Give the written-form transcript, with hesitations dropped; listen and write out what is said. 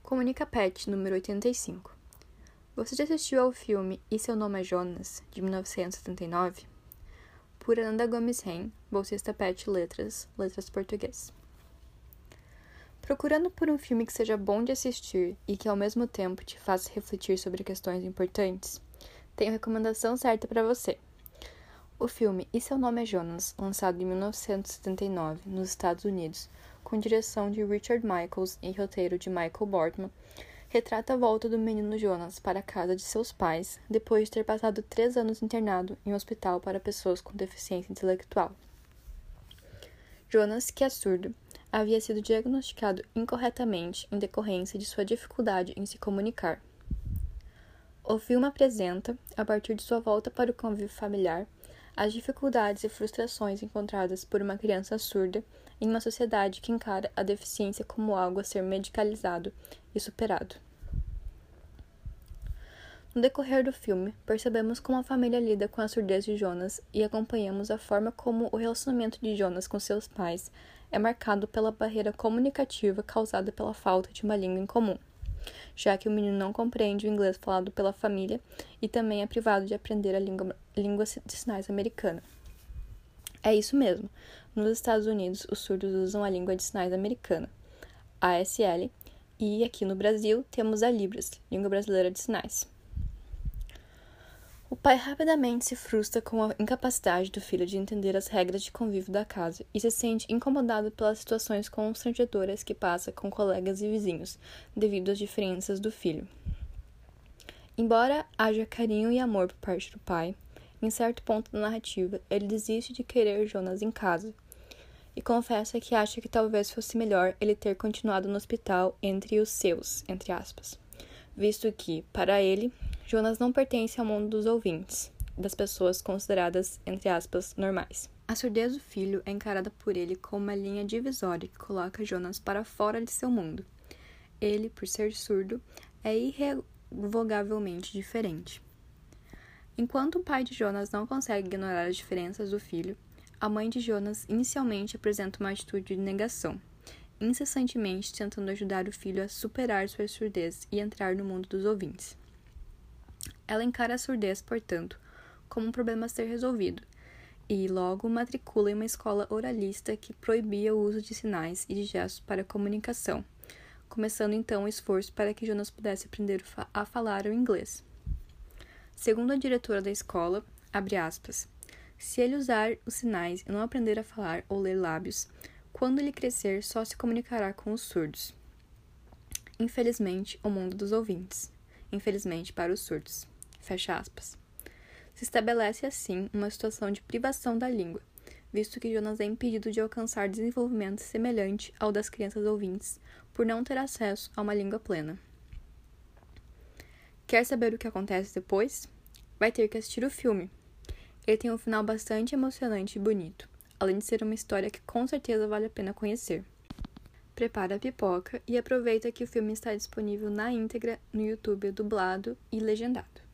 Comunica Pet, número 85. Você já assistiu ao filme E Seu Nome é Jonas, de 1979? Por Ananda Gomes Ren, bolsista Pet Letras Português. Procurando por um filme que seja bom de assistir e que ao mesmo tempo te faça refletir sobre questões importantes, tenho a recomendação certa para você. O filme E Seu Nome é Jonas, lançado em 1979 nos Estados Unidos, com direção de Richard Michaels e roteiro de Michael Bortman, retrata a volta do menino Jonas para a casa de seus pais, depois de ter passado 3 anos internado em um hospital para pessoas com deficiência intelectual. Jonas, que é surdo, havia sido diagnosticado incorretamente em decorrência de sua dificuldade em se comunicar. O filme apresenta, a partir de sua volta para o convívio familiar, as dificuldades e frustrações encontradas por uma criança surda em uma sociedade que encara a deficiência como algo a ser medicalizado e superado. No decorrer do filme, percebemos como a família lida com a surdez de Jonas e acompanhamos a forma como o relacionamento de Jonas com seus pais é marcado pela barreira comunicativa causada pela falta de uma língua em comum, já que o menino não compreende o inglês falado pela família e também é privado de aprender a língua de sinais americana. É isso mesmo. Nos Estados Unidos, os surdos usam a língua de sinais americana, a ASL, e aqui no Brasil temos a Libras, língua brasileira de sinais. O pai rapidamente se frustra com a incapacidade do filho de entender as regras de convívio da casa e se sente incomodado pelas situações constrangedoras que passa com colegas e vizinhos, devido às diferenças do filho. Embora haja carinho e amor por parte do pai, em certo ponto da narrativa, ele desiste de querer Jonas em casa e confessa que acha que talvez fosse melhor ele ter continuado no hospital entre os seus, entre aspas, visto que, para ele, Jonas não pertence ao mundo dos ouvintes, das pessoas consideradas, entre aspas, normais. A surdez do filho é encarada por ele como uma linha divisória que coloca Jonas para fora de seu mundo. Ele, por ser surdo, é irrevogavelmente diferente. Enquanto o pai de Jonas não consegue ignorar as diferenças do filho, a mãe de Jonas inicialmente apresenta uma atitude de negação, incessantemente tentando ajudar o filho a superar sua surdez e entrar no mundo dos ouvintes. Ela encara a surdez, portanto, como um problema a ser resolvido, e logo matricula em uma escola oralista que proibia o uso de sinais e de gestos para comunicação, começando então o esforço para que Jonas pudesse aprender a falar o inglês. Segundo a diretora da escola, abre aspas, se ele usar os sinais e não aprender a falar ou ler lábios, quando ele crescer só se comunicará com os surdos. Infelizmente, o mundo dos ouvintes. Infelizmente para os surdos. Fecha aspas. Se estabelece assim uma situação de privação da língua, visto que Jonas é impedido de alcançar desenvolvimento semelhante ao das crianças ouvintes por não ter acesso a uma língua plena. Quer saber o que acontece depois? Vai ter que assistir o filme. Ele tem um final bastante emocionante e bonito, além de ser uma história que com certeza vale a pena conhecer. Prepara a pipoca e aproveita que o filme está disponível na íntegra no YouTube dublado e legendado.